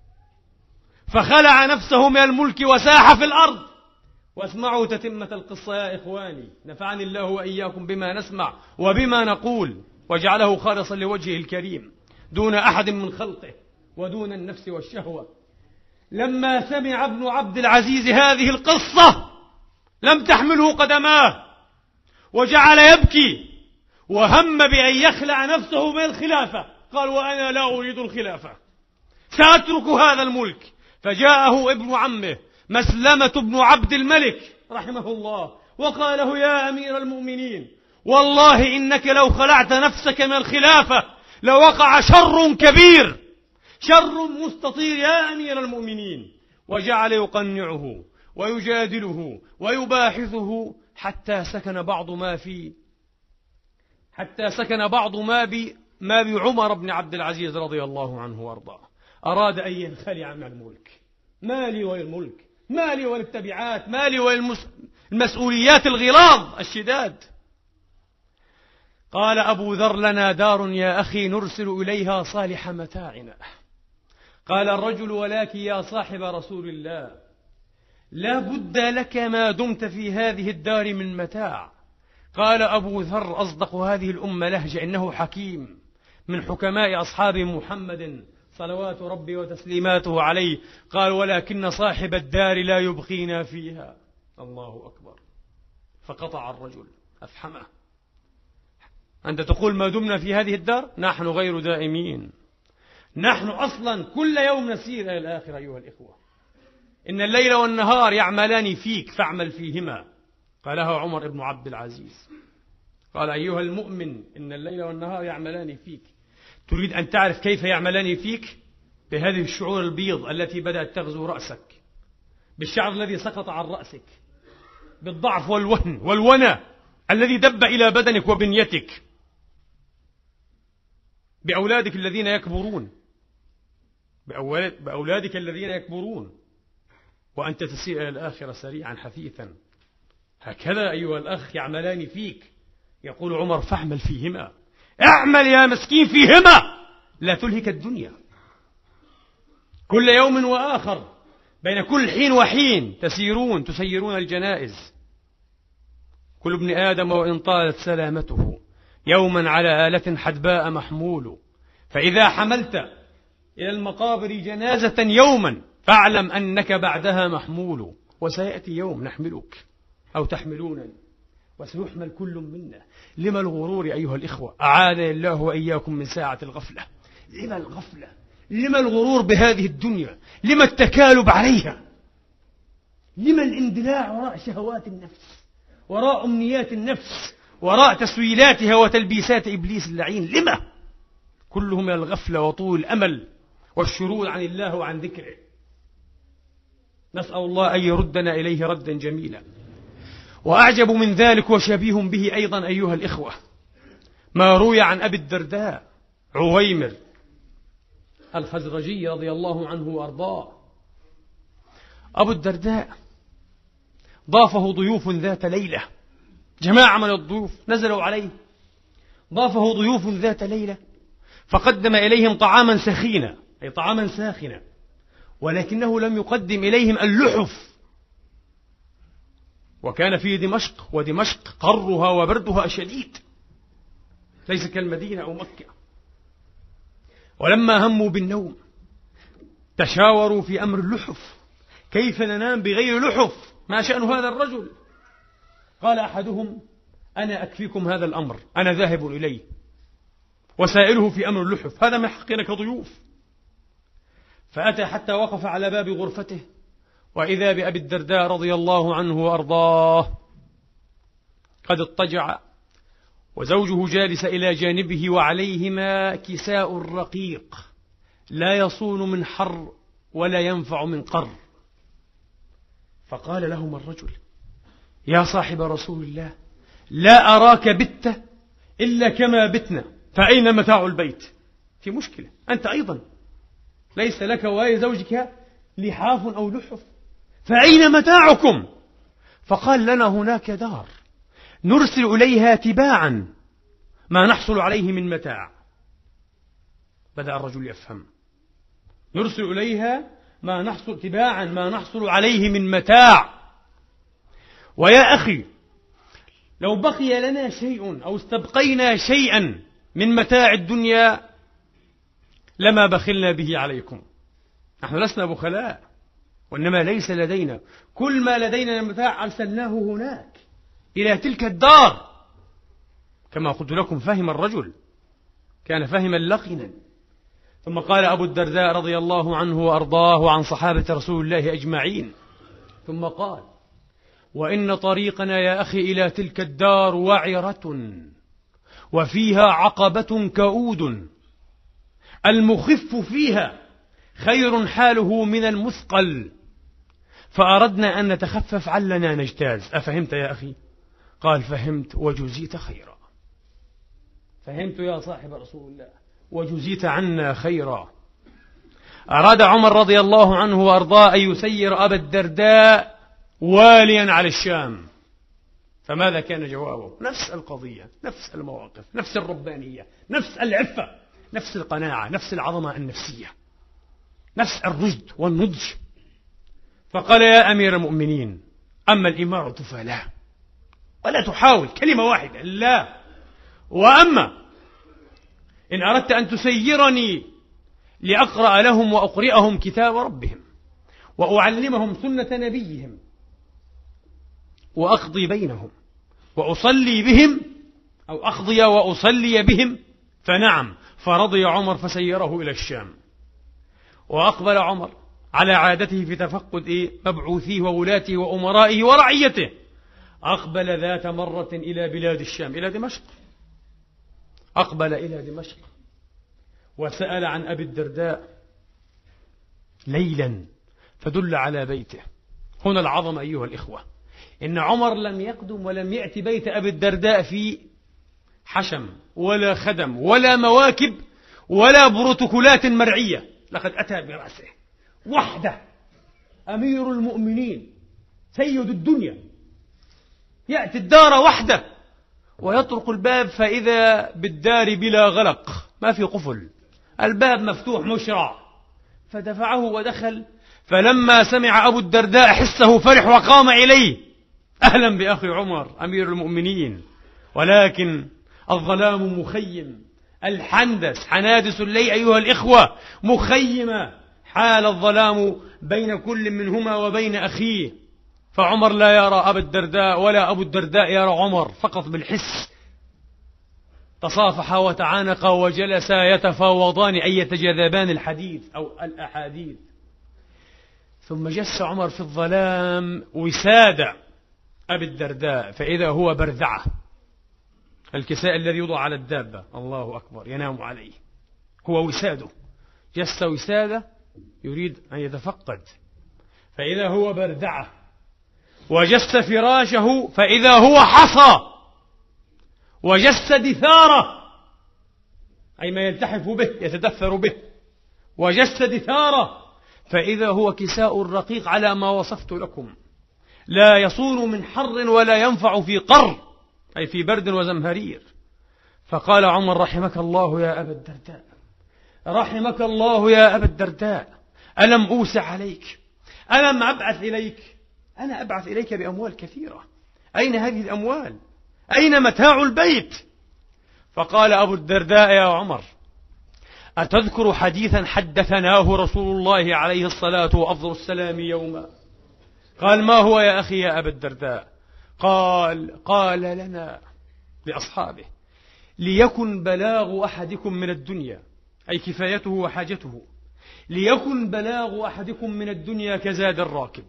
B: فخلع نفسه من الملك وساح في الأرض. واسمعوا تتمة القصة يا إخواني، نفعني الله وإياكم بما نسمع وبما نقول، وجعله خالصا لوجهه الكريم دون أحد من خلقه ودون النفس والشهوة. لما سمع ابن عبد العزيز هذه القصة لم تحمله قدماه، وجعل يبكي، وهم بأن يخلع نفسه من الخلافة. قال: وأنا لا أريد الخلافة، سأترك هذا الملك. فجاءه ابن عمه مسلمة بن عبد الملك رحمه الله وقال له: يا أمير المؤمنين، والله إنك لو خلعت نفسك من الخلافة لوقع شر كبير، شر مستطير يا أمير المؤمنين. وجعل يقنعه ويجادله ويباحثه حتى سكن بعض ما في حتى سكن بعض ما بي ما بعمر بن عبد العزيز رضي الله عنه وارضاه. أراد أن ينخلع من الملك. مالي وللملك، مالي وللتبعات، مالي وللمسؤوليات الغلاظ الشداد. قال أبو ذر: لنا دار يا أخي نرسل إليها صالح متاعنا. قال الرجل: ولكن يا صاحب رسول الله، لا بد لك ما دمت في هذه الدار من متاع. قال أبو ذر: أصدق هذه الأمة لهجة، إنه حكيم من حكماء أصحاب محمد صلوات ربي وتسليماته عليه. قال: ولكن صاحب الدار لا يبقينا فيها. الله أكبر. فقطع الرجل أفحمه. أنت تقول ما دمنا في هذه الدار نحن غير دائمين، نحن أصلا كل يوم نسير إلى الآخرة. أيها الإخوة، إن الليل والنهار يعملان فيك فاعمل فيهما، قالها عمر بن عبد العزيز. قال أيها المؤمن إن الليل والنهار يعملان فيك. تريد أن تعرف كيف يعملان فيك؟ بهذه الشعور البيض التي بدأت تغزو رأسك، بالشعر الذي سقط عن رأسك، بالضعف والوهن والونى الذي دب إلى بدنك وبنيتك، بأولادك الذين يكبرون، بأولادك الذين يكبرون وأنت تسير إلى الآخرة سريعا حثيثا. هكذا أيها الأخ يعملان فيك. يقول عمر فاعمل فيهما، اعمل يا مسكين فيهما، لا تلهك الدنيا. كل يوم وآخر، بين كل حين وحين تسيرون تسيرون الجنائز. كل ابن آدم وإن طالت سلامته يوما على آلة حدباء محمول، فإذا حملت إلى المقابر جنازة يوما فاعلم أنك بعدها محمول. وسيأتي يوم نحملك أو تحملونني وسيحمل كل منا. لما الغرور أيها الإخوة؟ أعاذنا الله وإياكم من ساعة الغفلة. لما الغفلة؟ لما الغرور بهذه الدنيا؟ لما التكالب عليها؟ لما الاندلاع وراء شهوات النفس، وراء أمنيات النفس، وراء تسويلاتها وتلبيسات إبليس اللعين؟ لما؟ كله من الغفلة وطول الأمل والشرود عن الله وعن ذكره. نسأل الله أن يردنا إليه ردا جميلا. وأعجب من ذلك وشبيه به أيضا أيها الإخوة ما روي عن أبي الدرداء عويمر الخزرجي رضي الله عنه وأرضاه. أبو الدرداء ضافه ضيوف ذات ليلة، جماعة من الضيوف نزلوا عليه، ضافه ضيوف ذات ليلة فقدم إليهم طعاما سخينا، أي طعاما ساخنا، ولكنه لم يقدم إليهم اللحف. وكان في دمشق، ودمشق قرها وبردها شديد، ليس كالمدينة أو مكة. ولما هموا بالنوم تشاوروا في أمر اللحف، كيف ننام بغير لحف؟ ما شأن هذا الرجل؟ قال أحدهم أنا أكفيكم هذا الأمر، أنا ذاهب إليه وسائله في أمر اللحف، هذا من حقنا كضيوف. فأتى حتى وقف على باب غرفته، وإذا بأبي الدرداء رضي الله عنه وأرضاه قد اضطجع وزوجه جالس إلى جانبه وعليهما كساء رقيق لا يصون من حر ولا ينفع من قر. فقال لهما الرجل يا صاحب رسول الله لا أراك بت إلا كما بتنا، فأين متاع البيت؟ في مشكلة، أنت أيضا ليس لك ولزوجك لحاف أو لحف، فأين متاعكم؟ فقال لنا هناك دار نرسل إليها تباعا ما نحصل عليه من متاع. بدأ الرجل يفهم، نرسل إليها ما نحصل تباعا ما نحصل عليه من متاع. ويا أخي لو بقي لنا شيء أو استبقينا شيئا من متاع الدنيا لما بخلنا به عليكم. نحن لسنا بخلاء، وإنما ليس لدينا، كل ما لدينا من متاع أرسلناه هناك إلى تلك الدار. كما قلت لكم فهم الرجل، كان فهما لقنا. ثم قال أبو الدرداء رضي الله عنه وأرضاه عن صحابة رسول الله أجمعين، ثم قال وإن طريقنا يا أخي إلى تلك الدار وعرة وفيها عقبة كؤود، المخف فيها خير حاله من المثقل، فأردنا أن نتخفف علنا نجتاز. أفهمت يا أخي؟ قال فهمت وجزيت خيرا. فهمت يا صاحب رسول الله وجزيت عنا خيرا. أراد عمر رضي الله عنه وأرضاه أن يسير أبا الدرداء واليا على الشام، فماذا كان جوابه؟ نفس القضية، نفس المواقف، نفس الربانية، نفس العفة، نفس القناعة، نفس العظمة النفسية، نفس الرشد والنضج. فقال يا أمير المؤمنين أما الإمارة فلا، ولا تحاول كلمة واحدة لا، وأما إن أردت أن تسيرني لأقرأ لهم وأقرئهم كتاب ربهم وأعلمهم سنة نبيهم وأقضي بينهم وأصلي بهم أو أقضي وأصلي بهم؟ فنعم. فرضي عمر فسيره إلى الشام. وأقبل عمر على عادته في تفقد إيه؟ مبعوثيه وولاته وأمرائه ورعيته. أقبل ذات مرة إلى بلاد الشام، إلى دمشق. أقبل إلى دمشق وسأل عن أبي الدرداء ليلا فدل على بيته. هنا العظمة أيها الإخوة، إن عمر لم يقدم ولم يأتي بيت أبي الدرداء في حشم ولا خدم ولا مواكب ولا بروتوكولات مرعية، لقد أتى برأسه وحده، أمير المؤمنين سيد الدنيا، يأتي الدار وحده ويطرق الباب فإذا بالدار بلا غلق، ما في قفل، الباب مفتوح مشرع. فدفعه ودخل، فلما سمع أبو الدرداء حسه فرح وقام إليه: أهلا بأخي عمر أمير المؤمنين. ولكن الظلام مخيم، الحندس حنادس الليل أيها الإخوة مخيمة، حال الظلام بين كل منهما وبين أخيه. فعمر لا يرى أبا الدرداء ولا أبو الدرداء يرى عمر، فقط بالحس. تصافحا وتعانقا وجلسا يتفاوضان أي يتجاذبان الحديث أو الأحاديث. ثم جس عمر في الظلام وساد أبي الدرداء فإذا هو برذعة، الكساء الذي يوضع على الدابة، الله أكبر، ينام عليه، هو وساده. جس وسادة يريد أن يتفقد فإذا هو برذعة، وجس فراشه فإذا هو حصى، وجس دثاره أي ما يلتحف به يتدثر به، وجس دثاره فإذا هو كساء رقيق على ما وصفت لكم، لا يصون من حر ولا ينفع في قر، أي في برد وزمهرير. فقال عمر: رحمك الله يا أبا الدرداء، رحمك الله يا أبا الدرداء، ألم أوسع عليك؟ ألم أبعث إليك؟ أنا أبعث إليك بأموال كثيرة، أين هذه الأموال؟ أين متاع البيت؟ فقال أبو الدرداء: يا عمر، أتذكر حديثا حدثناه رسول الله عليه الصلاة وأفضل السلام يوما؟ قال: ما هو يا أخي يا أبا الدرداء؟ قال: قال لنا لأصحابه: ليكن بلاغ أحدكم من الدنيا، أي كفايته وحاجته، ليكن بلاغ أحدكم من الدنيا كزاد الراكب،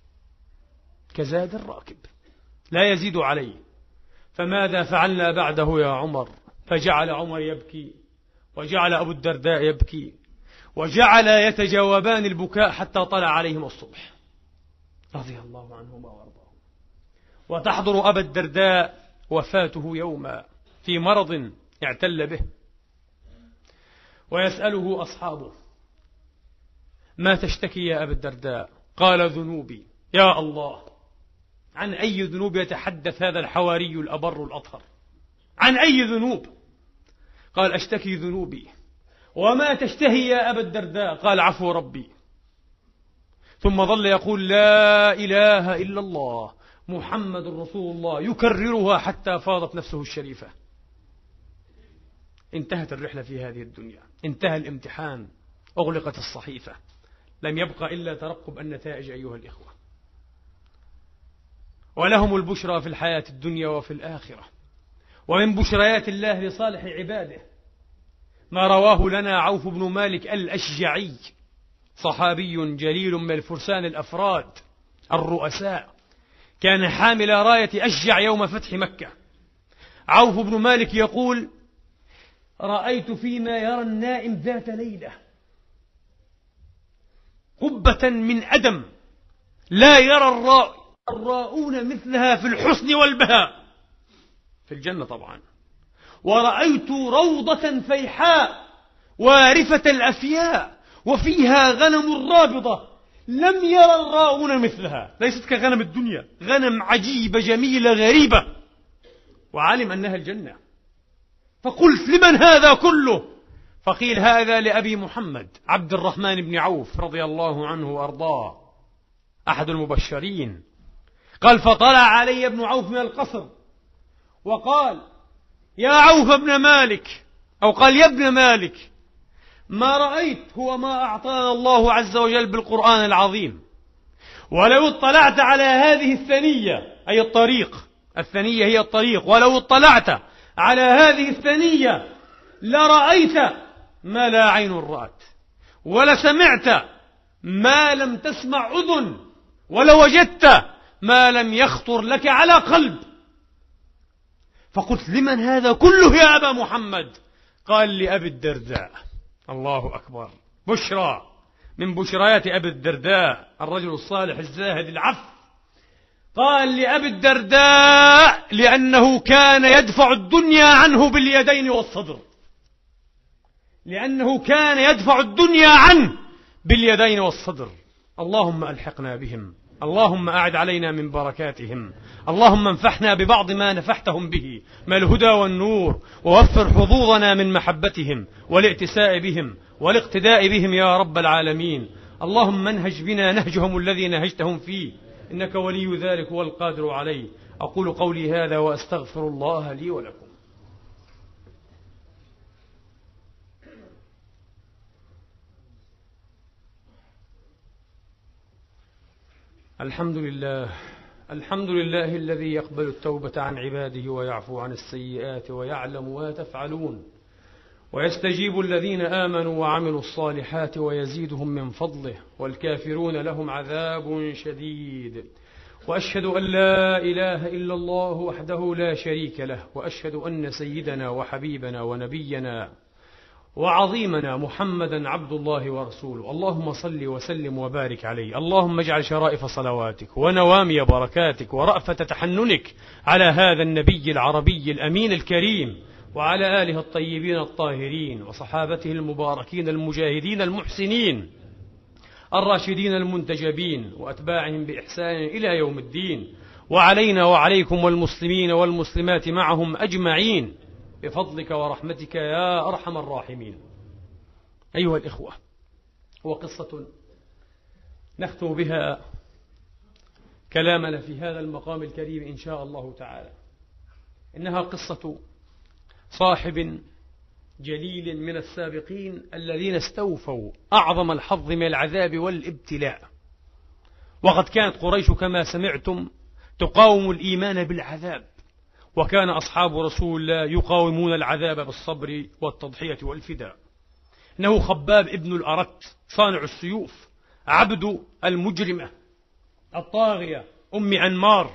B: كزاد الراكب لا يزيد عليه. فماذا فعلنا بعده يا عمر؟ فجعل عمر يبكي، وجعل أبو الدرداء يبكي، وجعل يتجاوبان البكاء حتى طلع عليهم الصبح رضي الله عنهما وارضاهما. وتحضر أبا الدرداء وفاته يوما في مرض اعتل به، ويسأله أصحابه: ما تشتكي يا أبا الدرداء؟ قال: ذنوبي. يا الله، عن أي ذنوب يتحدث هذا الحواري الأبر الأطهر؟ عن أي ذنوب؟ قال: أشتكي ذنوبي. وما تشتهي يا أبا الدرداء؟ قال: عفو ربي. ثم ظل يقول: لا إله إلا الله محمد رسول الله، يكررها حتى فاضت نفسه الشريفة. انتهت الرحلة في هذه الدنيا، انتهى الامتحان، أغلقت الصحيفة، لم يبقى إلا ترقب النتائج أيها الإخوة. ولهم البشرى في الحياة الدنيا وفي الآخرة. ومن بشريات الله لصالح عباده ما رواه لنا عوف بن مالك الأشجعي، صحابي جليل من الفرسان الأفراد الرؤساء، كان حامل راية أشجع يوم فتح مكة. عوف بن مالك يقول: رأيت فيما يرى النائم ذات ليلة قبة من أدم لا يرى الراء الراؤون مثلها في الحسن والبهاء، في الجنة طبعا. ورأيت روضة فيحاء وارفة الأفياء وفيها غنم رابضة لم يرى الراؤون مثلها، ليست كغنم الدنيا، غنم عجيبة جميلة غريبة. وعلم أنها الجنة. فقلت: لمن هذا كله؟ فقيل: هذا لأبي محمد عبد الرحمن بن عوف رضي الله عنه وأرضاه، أحد المبشرين. قال: فطلع علي ابن عوف من القصر وقال: يا عوف ابن مالك، أو قال: يا ابن مالك، ما رأيت هو ما أعطانا الله عز وجل بالقرآن العظيم، ولو اطلعت على هذه الثنية، أي الطريق الثنية هي الطريق، ولو اطلعت على هذه الثنية لرأيت ما لا عين رأت، ولسمعت ما لم تسمع أذن، ولوجدت ما لم يخطر لك على قلب. فقلت: لمن هذا كله يا أبا محمد؟ قال: لأبي الدرداء. الله أكبر، بشرى من بشريات أبي الدرداء، الرجل الصالح الزاهد العف. قال: لأبي الدرداء لأنه كان يدفع الدنيا عنه باليدين والصدر، لأنه كان يدفع الدنيا عنه باليدين والصدر. اللهم ألحقنا بهم، اللهم أعد علينا من بركاتهم، اللهم انفحنا ببعض ما نفحتهم به من الهدى والنور، ووفر حظوظنا من محبتهم والائتساء بهم والاقتداء بهم يا رب العالمين. اللهم منهج بنا نهجهم الذي نهجتهم فيه، إنك ولي ذلك والقادر عليه. أقول قولي هذا وأستغفر الله لي ولكم. الحمد لله، الحمد لله الذي يقبل التوبة عن عباده ويعفو عن السيئات ويعلم ما تفعلون، ويستجيب الذين آمنوا وعملوا الصالحات ويزيدهم من فضله، والكافرون لهم عذاب شديد. وأشهد أن لا إله إلا الله وحده لا شريك له، وأشهد أن سيدنا وحبيبنا ونبينا وعظيمنا محمدا عبد الله ورسوله. اللهم صل وسلم وبارك عليه. اللهم اجعل شرائف صلواتك ونوامي بركاتك ورأفة تحننك على هذا النبي العربي الأمين الكريم، وعلى آله الطيبين الطاهرين، وصحابته المباركين المجاهدين المحسنين الراشدين المنتجبين، وأتباعهم بإحسان إلى يوم الدين، وعلينا وعليكم والمسلمين والمسلمات معهم أجمعين بفضلك ورحمتك يا أرحم الراحمين. أيها الإخوة، وقصة نختم بها كلامنا في هذا المقام الكريم إن شاء الله تعالى. إنها قصة صاحب جليل من السابقين الذين استوفوا أعظم الحظ من العذاب والابتلاء. وقد كانت قريش كما سمعتم تقاوم الإيمان بالعذاب، وكان أصحاب رسول الله يقاومون العذاب بالصبر والتضحية والفداء. إنه خباب ابن الأرت صانع السيوف، عبد المجرمة الطاغية أم عمار،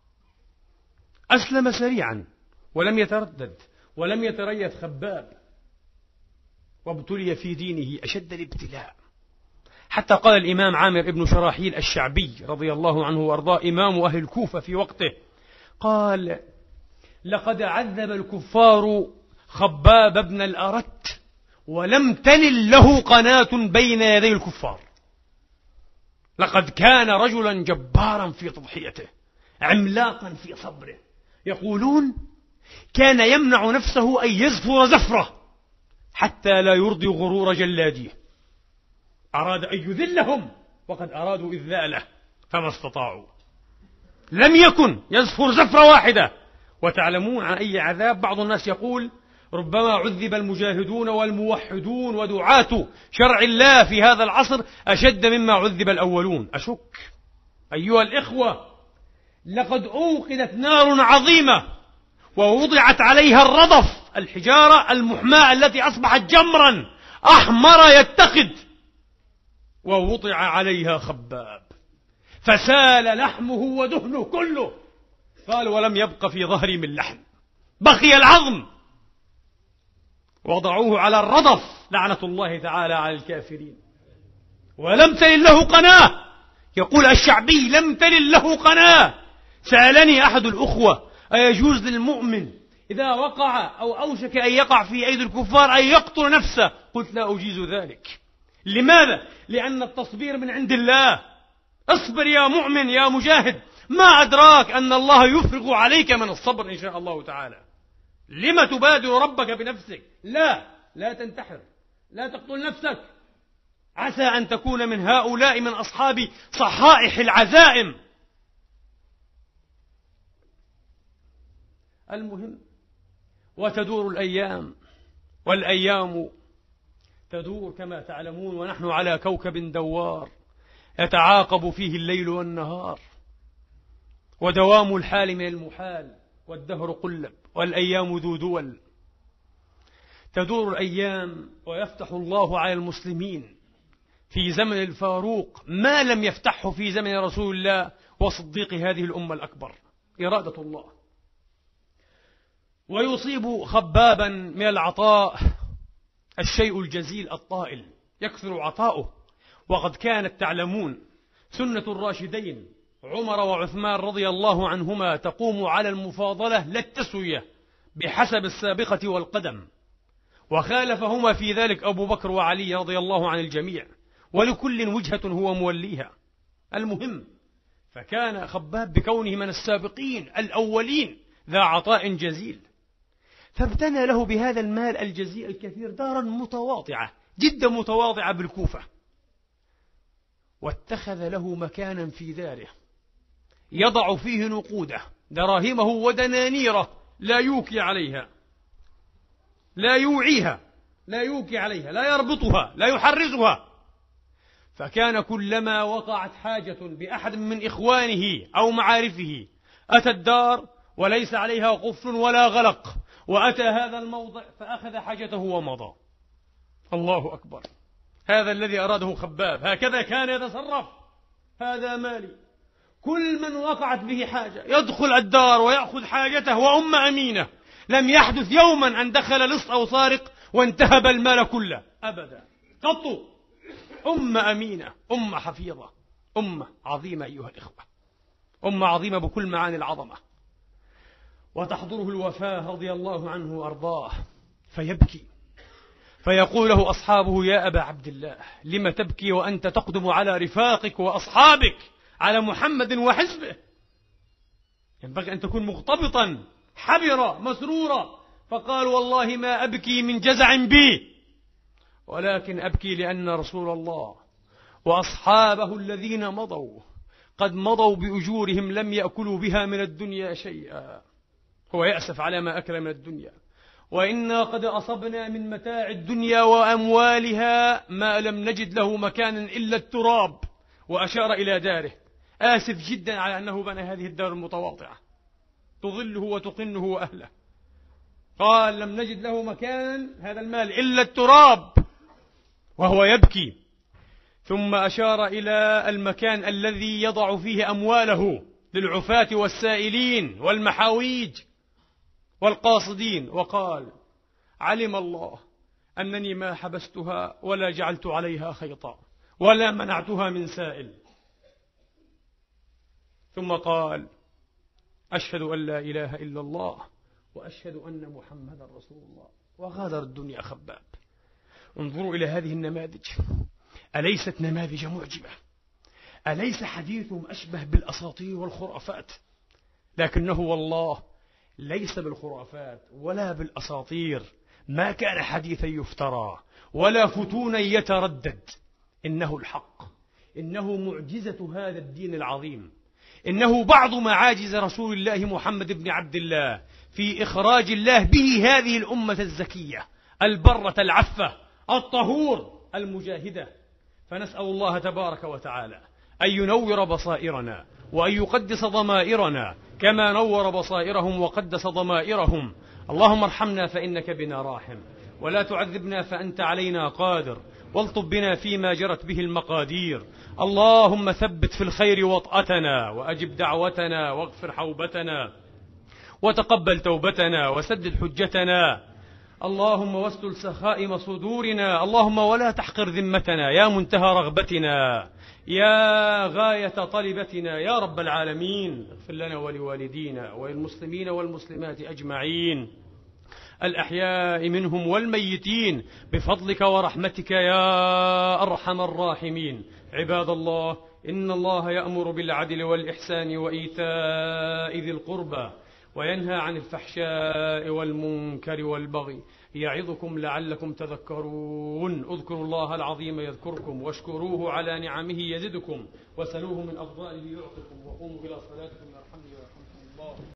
B: أسلم سريعا ولم يتردد ولم يتريث خباب، وابتلي في دينه أشد الابتلاء، حتى قال الإمام عامر ابن شراحيل الشعبي رضي الله عنه وأرضاه إمام أهل الكوفة في وقته، قال: لقد عذب الكفار خباب بن الأرت ولم تلل له قناة بين يدي الكفار. لقد كان رجلا جبارا في تضحيته، عملاقا في صبره. يقولون كان يمنع نفسه أن يزفر زفرة حتى لا يرضي غرور جلاديه. أراد أن يذلهم وقد أرادوا إذلاله فما استطاعوا. لم يكن يزفر زفرة واحدة. وتعلمون عن أي عذاب بعض الناس يقول ربما عذب المجاهدون والموحدون ودعاة شرع الله في هذا العصر أشد مما عذب الأولون. أشك أيها الإخوة، لقد أوقدت نار عظيمة ووضعت عليها الرضف، الحجارة المحماة التي أصبحت جمرا أحمر يتقد، ووضع عليها خباب فسال لحمه ودهنه كله. قال: ولم يبق في ظهري من لحم، بقي العظم. وضعوه على الرضف لعنة الله تعالى على الكافرين. ولم تلل له قناة. يقول الشعبي: لم تلل له قناة. سألني أحد الأخوة: أيجوز للمؤمن إذا وقع أو أوشك أن يقع في أيدي الكفار أن يقتل نفسه؟ قلت: لا أجيز ذلك. لماذا؟ لأن التصبير من عند الله. اصبر يا مؤمن يا مجاهد، ما أدراك أن الله يفرغ عليك من الصبر إن شاء الله تعالى. لما تبادر ربك بنفسك؟ لا لا تنتحر، لا تقتل نفسك. عسى أن تكون من هؤلاء من أصحاب صحائح العزائم. المهم، وتدور الأيام، والأيام تدور كما تعلمون، ونحن على كوكب دوار يتعاقب فيه الليل والنهار، ودوام الحال من المحال، والدهر قلب والأيام ذو دول. تدور الأيام ويفتح الله على المسلمين في زمن الفاروق ما لم يفتحه في زمن رسول الله وصديق هذه الأمة الأكبر، إرادة الله. ويصيب خبابا من العطاء الشيء الجزيل الطائل، يكثر عطاؤه. وقد كانت تعلمون سنة الراشدين عمر وعثمان رضي الله عنهما تقوم على المفاضلة لا التسوية بحسب السابقة والقدم، وخالفهما في ذلك أبو بكر وعلي رضي الله عن الجميع، ولكل وجهة هو موليها. المهم، فكان خباب بكونه من السابقين الأولين ذا عطاء جزيل، فابتنى له بهذا المال الجزيل الكثير دارا متواضعة جدا متواضعة بالكوفة، واتخذ له مكانا في داره يضع فيه نقوده دراهمه ودنانيره لا يوكي عليها، لا يوعيها، لا يوكي عليها، لا يربطها، لا يحرزها. فكان كلما وقعت حاجة بأحد من إخوانه أو معارفه أتى الدار وليس عليها قفل ولا غلق، وأتى هذا الموضع فأخذ حاجته ومضى. الله أكبر، هذا الذي أراده خباب، هكذا كان يتصرف. هذا مالي، كل من وقعت به حاجة يدخل الدار ويأخذ حاجته، وأم أمينة لم يحدث يوما أن دخل لص أو سارق وانتهب المال كله أبدا قط. أم أمينة، أم حفيظة، أمة عظيمة أيها الإخوة، أمة عظيمة بكل معاني العظمة. وتحضره الوفاة رضي الله عنه وأرضاه فيبكي، فيقول له أصحابه: يا أبا عبد الله، لم تبكي وأنت تقدم على رفاقك وأصحابك، على محمد وحزبه؟ ينبغي أن تكون مغتبطا حبرا مسرورا. فقال: والله ما أبكي من جزع بي، ولكن أبكي لأن رسول الله وأصحابه الذين مضوا قد مضوا بأجورهم لم يأكلوا بها من الدنيا شيئا. هو يأسف على ما أكل من الدنيا، وإنا قد أصبنا من متاع الدنيا وأموالها ما لم نجد له مكانا إلا التراب. وأشار إلى داره، آسف جدا على أنه بنى هذه الدار المتواضعة تظله وتقنه وأهله. قال: لم نجد له مكانا هذا المال إلا التراب، وهو يبكي. ثم أشار إلى المكان الذي يضع فيه أمواله للعفاة والسائلين والمحاويج والقاصدين، وقال: علم الله أنني ما حبستها ولا جعلت عليها خيطا ولا منعتها من سائل. ثم قال: أشهد أن لا إله إلا الله وأشهد أن محمدا رسول الله، وغادر الدنيا خباب. انظروا إلى هذه النماذج، أليست نماذج معجبة؟ أليس حديثهم أشبه بالأساطير والخرافات؟ لكنه والله ليس بالخرافات ولا بالأساطير، ما كان حديثا يفترى ولا فتونا يتردد، إنه الحق، إنه معجزة هذا الدين العظيم، إنه بعض معاجز رسول الله محمد بن عبد الله في إخراج الله به هذه الأمة الزكية البرة العفة الطهور المجاهدة. فنسأل الله تبارك وتعالى أن ينور بصائرنا وأن يقدس ضمائرنا كما نور بصائرهم وقدس ضمائرهم. اللهم ارحمنا فإنك بنا راحم، ولا تعذبنا فأنت علينا قادر، والطب بنا فيما جرت به المقادير. اللهم ثبت في الخير وطأتنا، وأجب دعوتنا، واغفر حوبتنا، وتقبل توبتنا، وسدد حجتنا. اللهم واستل سخائم صدورنا، اللهم ولا تحقر ذمتنا يا منتهى رغبتنا يا غاية طلبتنا يا رب العالمين. اغفر لنا ولوالدينا وللمسلمين والمسلمات أجمعين، الأحياء منهم والميتين، بفضلك ورحمتك يا أرحم الراحمين. عباد الله، إن الله يأمر بالعدل والإحسان وإيتاء ذي القربى وينهى عن الفحشاء والمنكر والبغي، يعظكم لعلكم تذكرون. اذكروا الله العظيم يذكركم، واشكروه على نعمه يزدكم، وسلوه من أفضاله يعطكم، وقوموا إلى صلاتكم يرحمني ويرحمكم الله.